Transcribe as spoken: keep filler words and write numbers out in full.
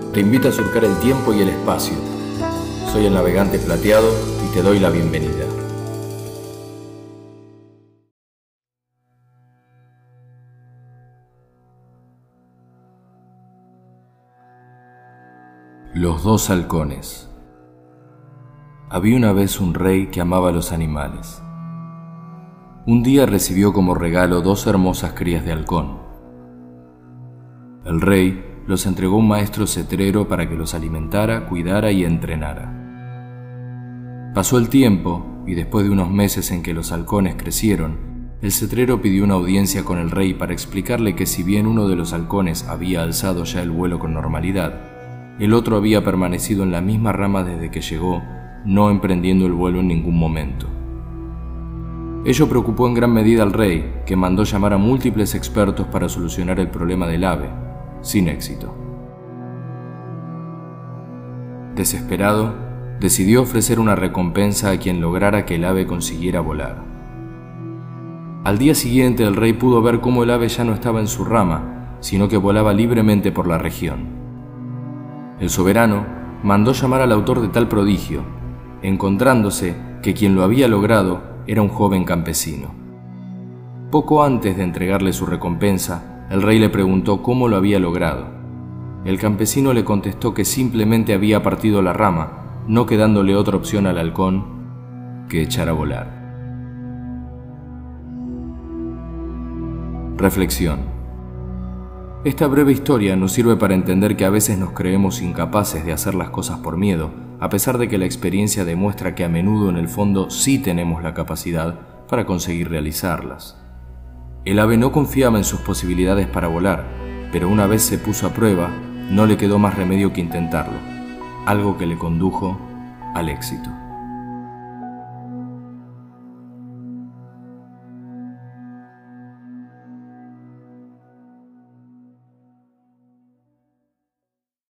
te invita a surcar el tiempo y el espacio. Soy el navegante plateado y te doy la bienvenida. Los dos halcones. Había una vez un rey que amaba a los animales. Un día recibió como regalo dos hermosas crías de halcón. El rey los entregó a un maestro cetrero para que los alimentara, cuidara y entrenara. Pasó el tiempo y después de unos meses en que los halcones crecieron, el cetrero pidió una audiencia con el rey para explicarle que si bien uno de los halcones había alzado ya el vuelo con normalidad, el otro había permanecido en la misma rama desde que llegó, no emprendiendo el vuelo en ningún momento. Ello preocupó en gran medida al rey, que mandó llamar a múltiples expertos para solucionar el problema del ave, sin éxito. Desesperado, decidió ofrecer una recompensa a quien lograra que el ave consiguiera volar. Al día siguiente el rey pudo ver cómo el ave ya no estaba en su rama, sino que volaba libremente por la región. El soberano mandó llamar al autor de tal prodigio, encontrándose que quien lo había logrado era un joven campesino. Poco antes de entregarle su recompensa, el rey le preguntó cómo lo había logrado. El campesino le contestó que simplemente había partido la rama, no quedándole otra opción al halcón que echar a volar. Reflexión. Esta breve historia nos sirve para entender que a veces nos creemos incapaces de hacer las cosas por miedo, a pesar de que la experiencia demuestra que a menudo en el fondo sí tenemos la capacidad para conseguir realizarlas. El ave no confiaba en sus posibilidades para volar, pero una vez se puso a prueba, no le quedó más remedio que intentarlo, algo que le condujo al éxito.